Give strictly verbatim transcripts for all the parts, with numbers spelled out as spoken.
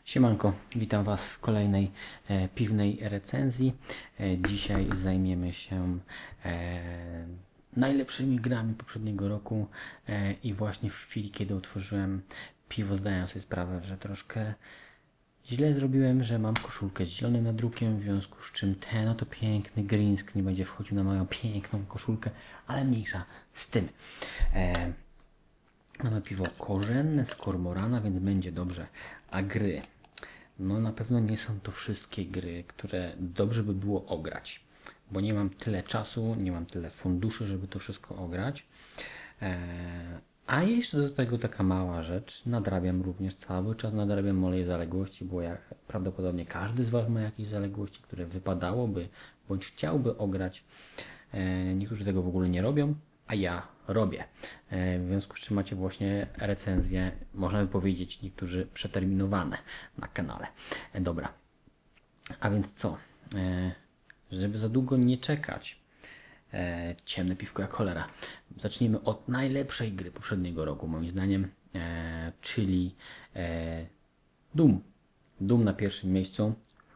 Siemanko, witam Was w kolejnej e, piwnej recenzji. E, dzisiaj zajmiemy się e, najlepszymi grami poprzedniego roku e, i właśnie w chwili, kiedy otworzyłem piwo, zdałem sobie sprawę, że troszkę źle zrobiłem, że mam koszulkę z zielonym nadrukiem, w związku z czym ten oto piękny green screen będzie wchodził na moją piękną koszulkę, ale mniejsza z tym. E, Mamy piwo korzenne z kormorana, więc będzie dobrze. A gry? No na pewno nie są to wszystkie gry, które dobrze by było ograć, bo nie mam tyle czasu, nie mam tyle funduszy, żeby to wszystko ograć. Eee, a jeszcze do tego taka mała rzecz, nadrabiam również cały czas, nadrabiam moje zaległości, bo jak prawdopodobnie każdy z Was ma jakieś zaległości, które wypadałoby bądź chciałby ograć. Eee, niektórzy tego w ogóle nie robią, a ja robię. E, W związku z czym macie właśnie recenzje, można by powiedzieć, niektórzy przeterminowane na kanale. E, Dobra, a więc co? E, Żeby za długo nie czekać, e, ciemne piwko jak cholera. Zacznijmy od najlepszej gry poprzedniego roku, moim zdaniem, e, czyli e, Doom. Doom na pierwszym miejscu.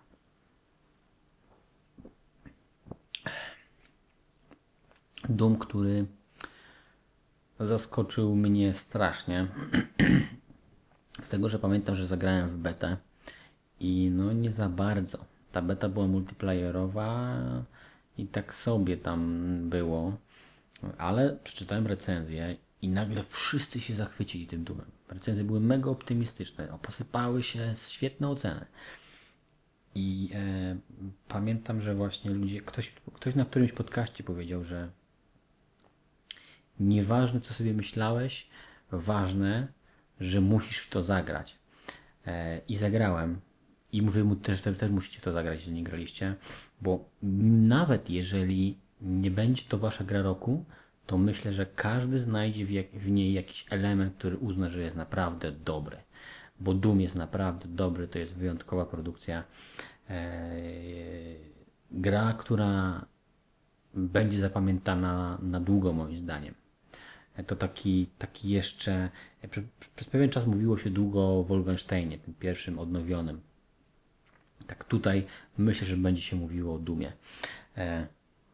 Doom, który zaskoczył mnie strasznie. Z tego, że pamiętam, że zagrałem w betę i no nie za bardzo. Ta beta była multiplayerowa i tak sobie tam było, ale przeczytałem recenzję i nagle wszyscy się zachwycili tym Doomem. Recenzje były mega optymistyczne, posypały się świetne oceny. I e, pamiętam, że właśnie ludzie, ktoś, ktoś na którymś podcaście powiedział, że nieważne co sobie myślałeś, ważne, że musisz w to zagrać. E, I zagrałem. I mówię mu też, też, też musicie w to zagrać, jeśli nie graliście, bo nawet jeżeli nie będzie to wasza gra roku, to myślę, że każdy znajdzie w, jak, w niej jakiś element, który uzna, że jest naprawdę dobry. Bo Doom jest naprawdę dobry, to jest wyjątkowa produkcja. Eee, gra, która będzie zapamiętana na długo, moim zdaniem. To taki, taki jeszcze. Przez, przez pewien czas mówiło się długo o Wolfensteinie, tym pierwszym odnowionym. Tak tutaj myślę, że będzie się mówiło o Doomie. E,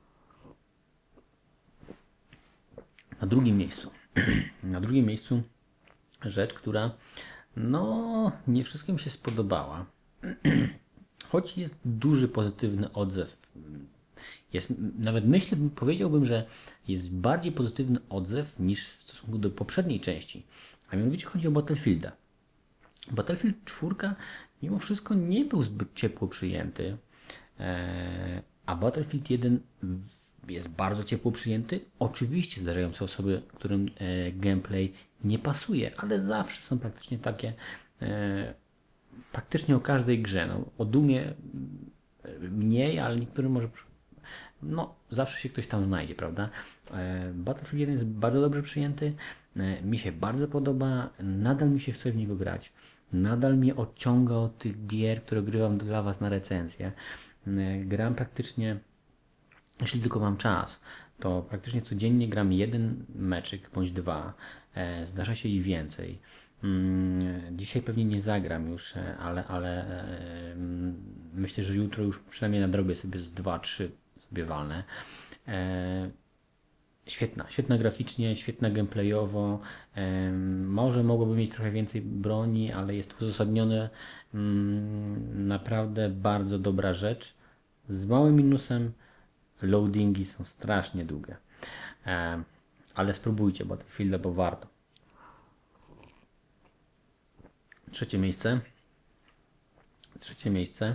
na drugim miejscu. Na drugim miejscu rzecz, która no nie wszystkim się spodobała. Choć jest duży pozytywny odzew. Jest, nawet myślę, powiedziałbym, że jest bardziej pozytywny odzew niż w stosunku do poprzedniej części. A mianowicie chodzi o Battlefielda. Battlefield cztery mimo wszystko nie był zbyt ciepło przyjęty, a Battlefield jeden jest bardzo ciepło przyjęty. Oczywiście zdarzają się osoby, którym gameplay nie pasuje, ale zawsze są praktycznie takie, praktycznie o każdej grze. No, o Doomie mniej, ale niektórym może, no zawsze się ktoś tam znajdzie, prawda? Battlefield jeden jest bardzo dobrze przyjęty, mi się bardzo podoba, nadal mi się chce w niego grać. Nadal mnie odciąga od tych gier, które grywam dla Was na recenzję. Gram praktycznie, jeśli tylko mam czas, to praktycznie codziennie gram jeden meczyk bądź dwa. Zdarza się i więcej. Dzisiaj pewnie nie zagram już, ale, ale myślę, że jutro już przynajmniej nadrobię sobie z dwa trzy sobie walnę. Świetna, świetna graficznie, świetna gameplayowo. Może mogłoby mieć trochę więcej broni, ale jest uzasadnione. Naprawdę bardzo dobra rzecz. Z małym minusem, loadingi są strasznie długie. Ale spróbujcie Battlefielda, bo warto. Trzecie miejsce. Trzecie miejsce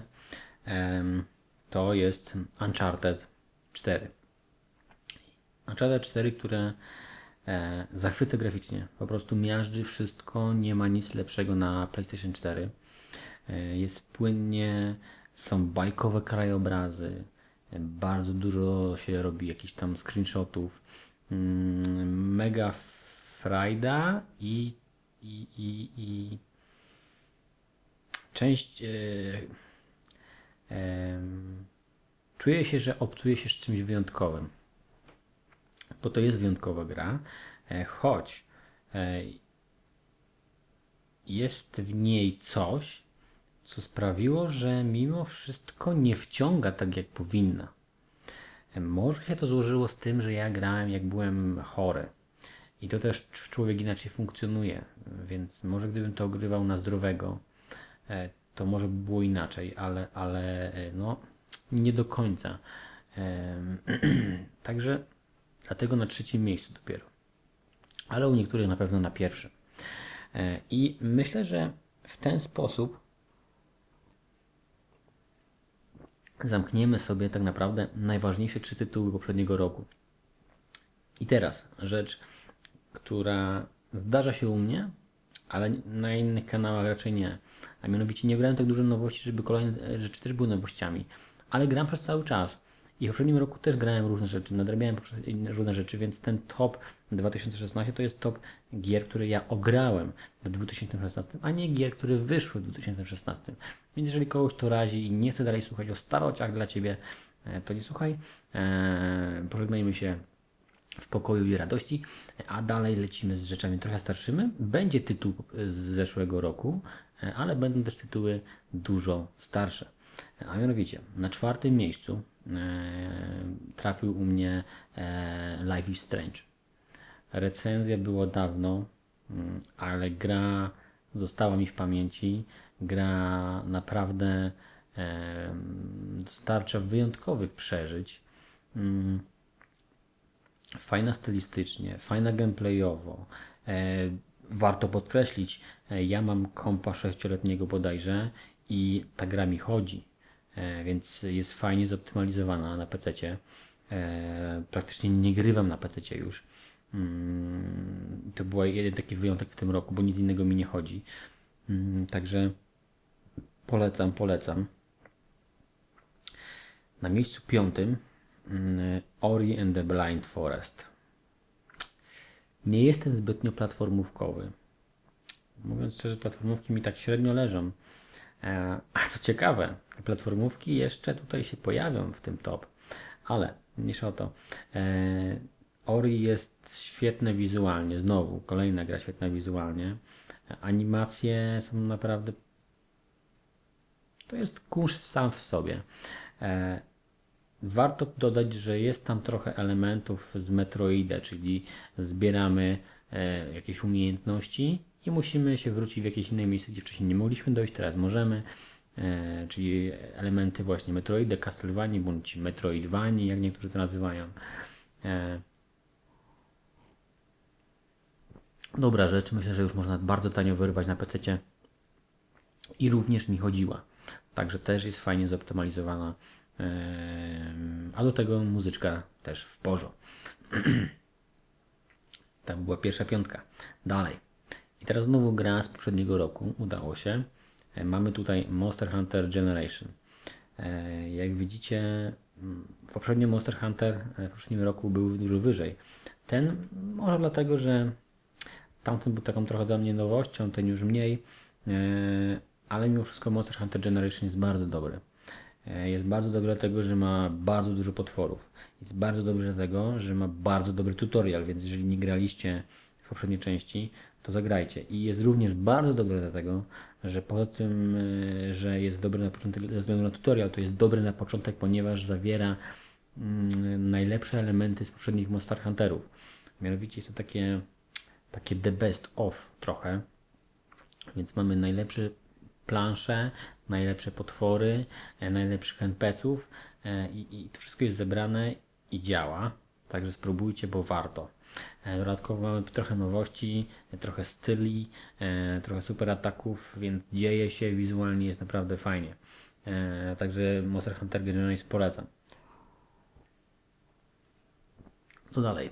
to jest Uncharted cztery. Uncharted cztery, które e, zachwyca graficznie. Po prostu miażdży wszystko, nie ma nic lepszego na PlayStation cztery. E, jest płynnie, są bajkowe krajobrazy, e, bardzo dużo się robi jakichś tam screenshotów. Mm, mega frajda i, i, i, i część e, e, czuje się, że obcuje się z czymś wyjątkowym. Bo to jest wyjątkowa gra, choć jest w niej coś, co sprawiło, że mimo wszystko nie wciąga tak jak powinna. Może się to złożyło z tym, że ja grałem jak byłem chory. I to też człowiek inaczej funkcjonuje, więc może gdybym to ogrywał na zdrowego, to może by było inaczej, ale, ale no, nie do końca. Także dlatego na trzecim miejscu dopiero. Ale u niektórych na pewno na pierwszym. I myślę, że w ten sposób zamkniemy sobie tak naprawdę najważniejsze trzy tytuły poprzedniego roku. I teraz rzecz, która zdarza się u mnie, ale na innych kanałach raczej nie. A mianowicie nie grałem tak dużo nowości, żeby kolejne rzeczy też były nowościami. Ale gram przez cały czas. I w poprzednim roku też grałem różne rzeczy, nadrabiałem różne rzeczy, więc ten top dwa tysiące szesnasty to jest top gier, które ja ograłem w dwa tysiące szesnastym, a nie gier, które wyszły w dwa tysiące szesnastym. Więc jeżeli kogoś to razi i nie chce dalej słuchać o starociach dla Ciebie, to nie słuchaj. Eee, pożegnajmy się w pokoju i radości, a dalej lecimy z rzeczami trochę starszymi. Będzie tytuł z zeszłego roku, ale będą też tytuły dużo starsze. A mianowicie na czwartym miejscu e, trafił u mnie e, Life is Strange. Recenzja była dawno, mm, ale gra została mi w pamięci. Gra naprawdę e, dostarcza wyjątkowych przeżyć. Mm, Fajna stylistycznie, fajna gameplayowo. E, warto podkreślić, e, ja mam kompa sześcioletniego bodajże i ta gra mi chodzi, e, więc jest fajnie zoptymalizowana na pececie. E, praktycznie nie grywam na pececie już. Mm, to był jeden taki wyjątek w tym roku, bo nic innego mi nie chodzi. Mm, także polecam, polecam. Na miejscu piątym Ori and the Blind Forest. Nie jestem zbytnio platformówkowy. Mówiąc szczerze, platformówki mi tak średnio leżą. A co ciekawe, te platformówki jeszcze tutaj się pojawią w tym top. Ale mniejsza o to. Ori jest świetne wizualnie. Znowu, kolejna gra świetna wizualnie. Animacje są naprawdę... To jest kunszt sam w sobie. Warto dodać, że jest tam trochę elementów z Metroida, czyli zbieramy e, jakieś umiejętności i musimy się wrócić w jakieś inne miejsce, gdzie wcześniej nie mogliśmy dojść, teraz możemy. E, czyli elementy właśnie Metroida, Castlevania bądź Metroidvanii, jak niektórzy to nazywają. E, dobra rzecz, myślę, że już można bardzo tanio wyrywać na pececie i również mi chodziła. Także też jest fajnie zoptymalizowana. A do tego muzyczka też w porządku. Tam była pierwsza piątka. Dalej. I teraz znowu gra z poprzedniego roku. Udało się. Mamy tutaj Monster Hunter Generation. Jak widzicie, poprzednio Monster Hunter w poprzednim roku był dużo wyżej. Ten może dlatego, że tamten był taką trochę dla mnie nowością, ten już mniej. Ale mimo wszystko Monster Hunter Generation jest bardzo dobry. Jest bardzo dobry dlatego, że ma bardzo dużo potworów. Jest bardzo dobry dlatego, że ma bardzo dobry tutorial, więc jeżeli nie graliście w poprzedniej części, to zagrajcie. I jest również bardzo dobry dlatego, że poza tym, że jest dobry na początek ze względu na tutorial, to jest dobry na początek, ponieważ zawiera mm, najlepsze elementy z poprzednich Monster Hunterów. Mianowicie jest to takie, takie the best of trochę. Więc mamy najlepsze plansze, najlepsze potwory, najlepszych en pe ce ów i, i to wszystko jest zebrane i działa. Także spróbujcie, bo warto. Dodatkowo mamy trochę nowości, trochę styli, trochę super ataków, więc dzieje się, wizualnie jest naprawdę fajnie. Także Monster Hunter Generation polecam. Co dalej?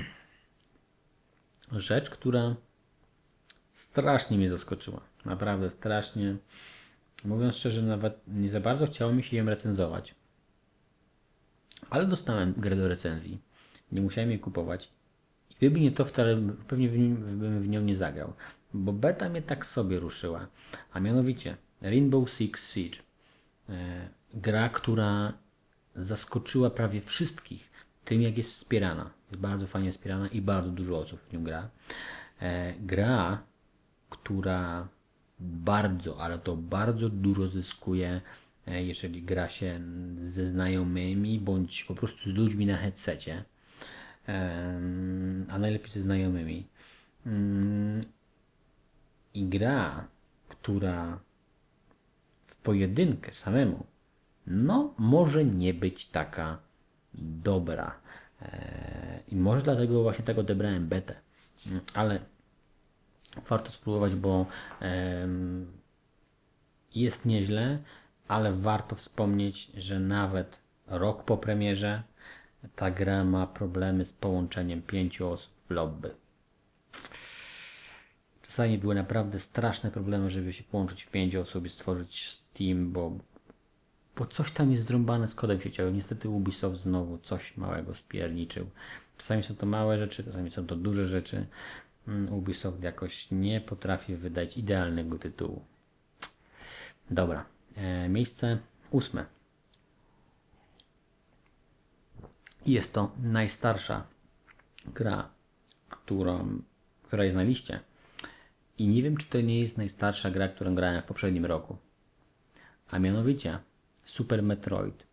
Rzecz, która strasznie mnie zaskoczyła. Naprawdę strasznie. Mówiąc szczerze, nawet nie za bardzo chciało mi się ją recenzować. Ale dostałem grę do recenzji. Nie musiałem jej kupować. I gdyby nie to, wcale pewnie bym w nią nie zagrał. Bo beta mnie tak sobie ruszyła. A mianowicie Rainbow Six Siege. E, gra, która zaskoczyła prawie wszystkich tym, jak jest wspierana. Jest bardzo fajnie wspierana i bardzo dużo osób w nią gra. E, gra, która bardzo, ale to bardzo dużo zyskuje, e, jeżeli gra się ze znajomymi, bądź po prostu z ludźmi na headsetie, Em, a najlepiej ze znajomymi. Mm, I gra, która w pojedynkę samemu, no może nie być taka dobra. E, I może dlatego właśnie tak odebrałem betę. Mm, Ale warto spróbować, bo em, jest nieźle, ale warto wspomnieć, że nawet rok po premierze ta gra ma problemy z połączeniem pięciu osób w lobby. Czasami były naprawdę straszne problemy, żeby się połączyć w pięć osób i stworzyć Steam, bo, bo coś tam jest zrąbane z kodem sieciowym. Niestety Ubisoft znowu coś małego spierniczył. Czasami są to małe rzeczy, czasami są to duże rzeczy. Ubisoft jakoś nie potrafi wydać idealnego tytułu. Dobra, e, miejsce ósme. Jest to najstarsza gra, którą, która jest na liście. I nie wiem, czy to nie jest najstarsza gra, którą grałem w poprzednim roku. A mianowicie Super Metroid.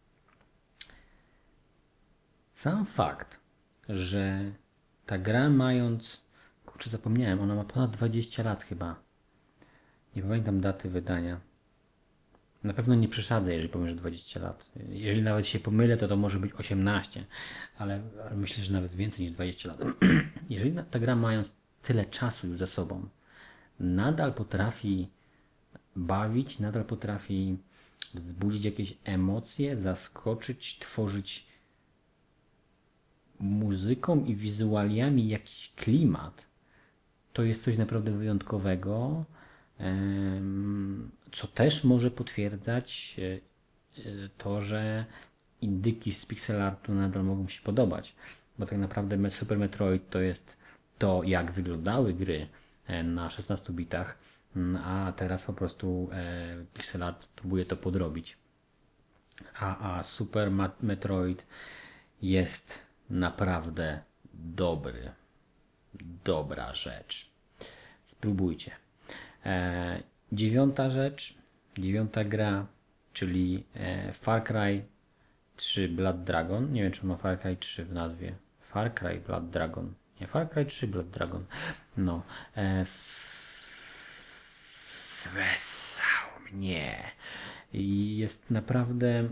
Sam fakt, że ta gra mając... Kurczę, zapomniałem, ona ma ponad dwadzieścia lat chyba. Nie pamiętam daty wydania. Na pewno nie przesadzę, jeżeli powiem, że dwadzieścia lat. Jeżeli nawet się pomylę, to to może być osiemnaście, ale, ale myślę, że nawet więcej niż dwadzieścia lat. Jeżeli ta gra mając tyle czasu już za sobą, nadal potrafi bawić, nadal potrafi wzbudzić jakieś emocje, zaskoczyć, tworzyć muzyką i wizualiami jakiś klimat, to jest coś naprawdę wyjątkowego, co też może potwierdzać to, że indyki z pixel artu nadal mogą się podobać, bo tak naprawdę Super Metroid to jest to, jak wyglądały gry na szesnastu bitach, a teraz po prostu pixel art próbuje to podrobić. A, a Super Metroid jest naprawdę dobry. Dobra rzecz. Spróbujcie. E, dziewiąta rzecz, dziewiąta gra, czyli e, Far Cry trzy Blood Dragon. Nie wiem, czy ma Far Cry trzy w nazwie. Far Cry Blood Dragon. Nie, Far Cry trzy Blood Dragon. No. E, wesał mnie. I jest naprawdę...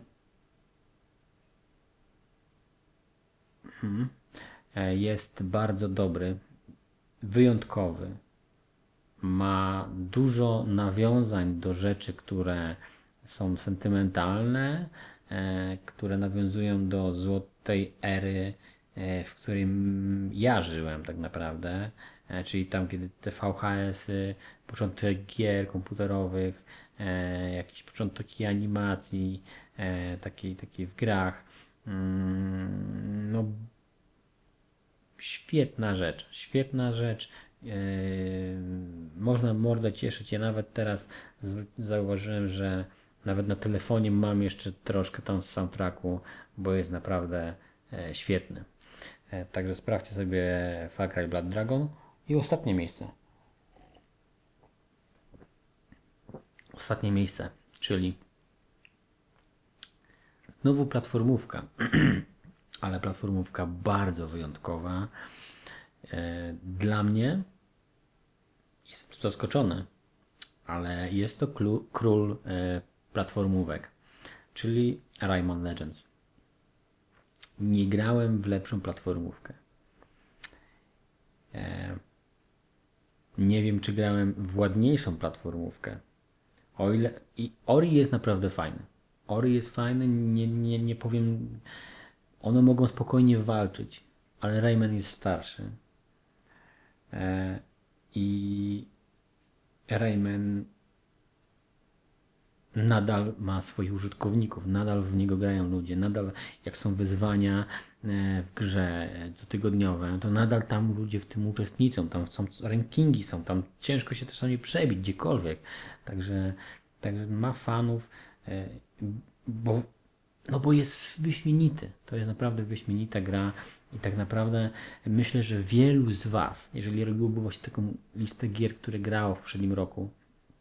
Hmm. Jest bardzo dobry, wyjątkowy. Ma dużo nawiązań do rzeczy, które są sentymentalne, e, które nawiązują do złotej ery, e, w którym ja żyłem tak naprawdę, e, czyli tam, kiedy te V H S-y, początek gier komputerowych, e, jakiś początek animacji, e, takiej, takiej w grach. Mm, no, świetna rzecz, świetna rzecz. Yy, można mordę cieszyć. Ja nawet teraz zauważyłem, że nawet na telefonie mam jeszcze troszkę tam z soundtracku, bo jest naprawdę e, świetny. E, także sprawdźcie sobie Far Cry Blood Dragon. I ostatnie miejsce. Ostatnie miejsce, czyli znowu platformówka. Ale platformówka bardzo wyjątkowa. Dla mnie, jestem tu zaskoczony, ale jest to król, król platformówek, czyli Rayman Legends. Nie grałem w lepszą platformówkę. Nie wiem, czy grałem w ładniejszą platformówkę. O ile... I Ori jest naprawdę fajny. Ori jest fajny, nie, nie, nie powiem... One mogą spokojnie walczyć, ale Rayman jest starszy. E, I Rayman nadal ma swoich użytkowników, nadal w niego grają ludzie, nadal jak są wyzwania e, w grze cotygodniowe, to nadal tam ludzie w tym uczestniczą, tam są rankingi, są tam ciężko się czasami przebić gdziekolwiek. Także, także ma fanów, e, bo No bo jest wyśmienity. To jest naprawdę wyśmienita gra i tak naprawdę myślę, że wielu z Was, jeżeli robiłoby właśnie taką listę gier, które grało w poprzednim roku,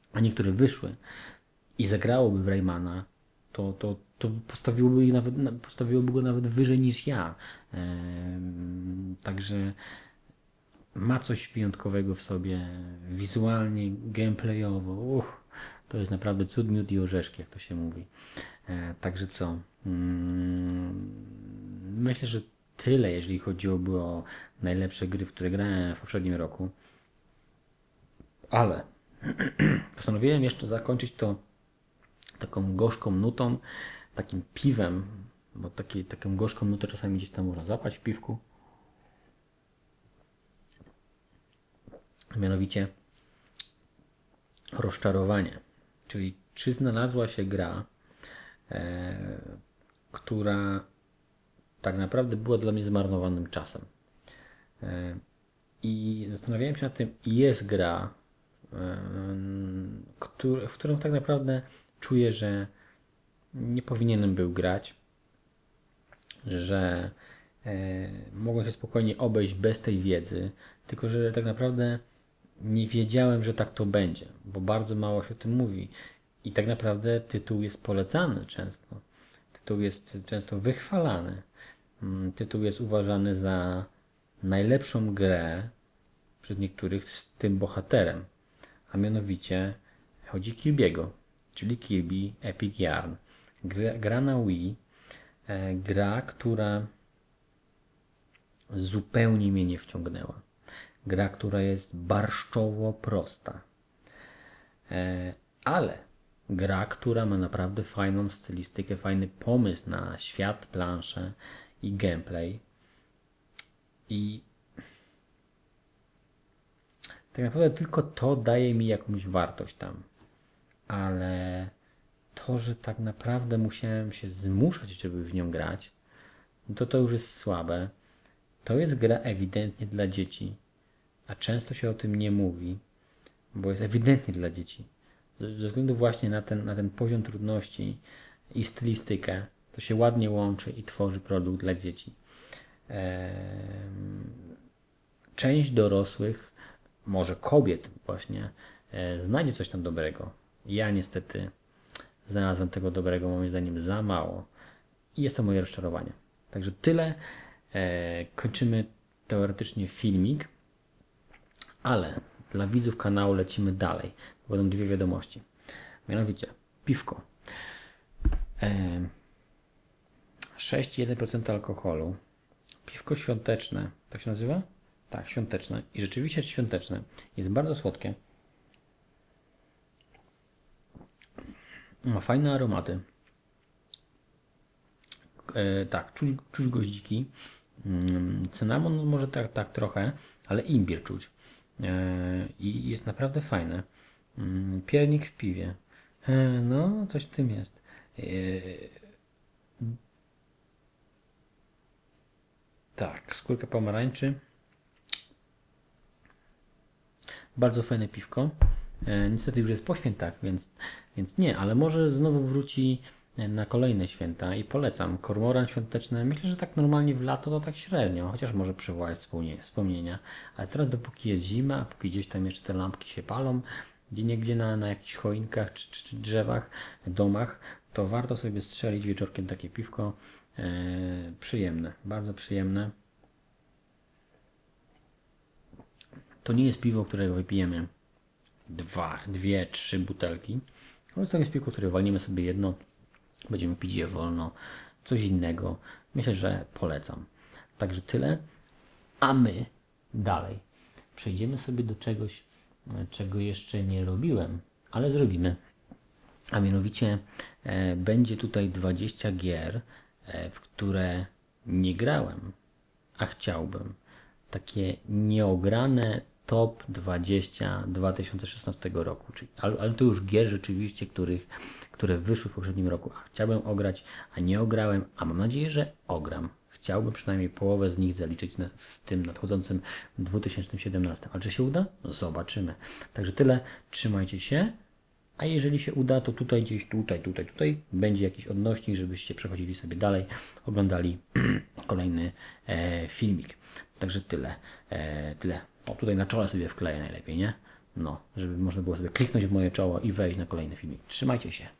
a niektóre wyszły i zagrałoby w Raymana, to, to, to postawiłoby, nawet, postawiłoby go nawet wyżej niż ja. Ehm, także ma coś wyjątkowego w sobie, wizualnie, gameplayowo. Uch, to jest naprawdę cud, miód i orzeszki, jak to się mówi. E, także co? Mm, myślę, że tyle, jeżeli chodziłoby o najlepsze gry, w które grałem w poprzednim roku. Ale postanowiłem jeszcze zakończyć to taką gorzką nutą, takim piwem, bo taki, taką gorzką nutę czasami gdzieś tam można złapać w piwku. Mianowicie rozczarowanie. Czyli czy znalazła się gra, e, która tak naprawdę była dla mnie zmarnowanym czasem. E, I zastanawiałem się nad tym, jest gra, e, który, w którą tak naprawdę czuję, że nie powinienem był grać, że e, mogłem się spokojnie obejść bez tej wiedzy, tylko że tak naprawdę nie wiedziałem, że tak to będzie, bo bardzo mało się o tym mówi. I tak naprawdę tytuł jest polecany często. Tytuł jest często wychwalany. Mm, Tytuł jest uważany za najlepszą grę przez niektórych z tym bohaterem. A mianowicie chodzi Kirby'ego, czyli Kirby Epic Yarn. Gra, gra na Wii, e, gra, która zupełnie mnie nie wciągnęła. Gra, która jest barszczowo prosta. E, ale gra, która ma naprawdę fajną stylistykę, fajny pomysł na świat, planszę i gameplay. I tak naprawdę tylko to daje mi jakąś wartość tam. Ale to, że tak naprawdę musiałem się zmuszać, żeby w nią grać, no to to już jest słabe. To jest gra ewidentnie dla dzieci, a często się o tym nie mówi, bo jest ewidentnie dla dzieci. Ze względu właśnie na ten, na ten poziom trudności i stylistykę, to się ładnie łączy i tworzy produkt dla dzieci. Część dorosłych, może kobiet właśnie, znajdzie coś tam dobrego. Ja niestety znalazłem tego dobrego moim zdaniem za mało i jest to moje rozczarowanie. Także tyle. Kończymy teoretycznie filmik, ale dla widzów kanału lecimy dalej. Będą dwie wiadomości. Mianowicie piwko. sześć przecinek jeden procent alkoholu. Piwko świąteczne. Tak się nazywa? Tak, świąteczne. I rzeczywiście świąteczne. Jest bardzo słodkie. Ma fajne aromaty. E, tak, czuć, czuć goździki. Mm, cynamon może tak, tak trochę, ale imbir czuć. E, I jest naprawdę fajne. Mm, piernik w piwie. E, no, coś w tym jest. E, tak, skórka pomarańczy. Bardzo fajne piwko. E, niestety już jest po świętach, więc, więc nie, ale może znowu wróci na kolejne święta i polecam. Kormoran świąteczny, myślę, że tak normalnie w lato to tak średnio, chociaż może przywołać wspomnienia. Ale teraz dopóki jest zima, a póki gdzieś tam jeszcze te lampki się palą, gdzie niegdzie na, na jakichś choinkach czy, czy, czy drzewach, domach, to warto sobie strzelić wieczorkiem takie piwko. E, przyjemne, bardzo przyjemne. To nie jest piwo, którego wypijemy dwa, dwie, trzy butelki. Ale to jest piwo, które walnimy sobie jedno, będziemy pić je wolno, coś innego. Myślę, że polecam. Także tyle. A my dalej przejdziemy sobie do czegoś, czego jeszcze nie robiłem, ale zrobimy. A mianowicie e, będzie tutaj dwadzieścia gier, e, w które nie grałem, a chciałbym. Takie nieograne top dwadzieścia dwa tysiące szesnastego roku. Czyli, ale, ale to już gier rzeczywiście, których, które wyszły w poprzednim roku. A chciałbym ograć, a nie ograłem, a mam nadzieję, że ogram. Chciałbym przynajmniej połowę z nich zaliczyć na, w tym nadchodzącym dwa tysiące siedemnastym. Ale czy się uda? Zobaczymy. Także tyle. Trzymajcie się. A jeżeli się uda, to tutaj gdzieś, tutaj, tutaj, tutaj będzie jakiś odnośnik, żebyście przechodzili sobie dalej, oglądali kolejny e, filmik. Także tyle. E, tyle. O, tutaj na czole sobie wkleję najlepiej, nie? No, żeby można było sobie kliknąć w moje czoło i wejść na kolejny filmik. Trzymajcie się.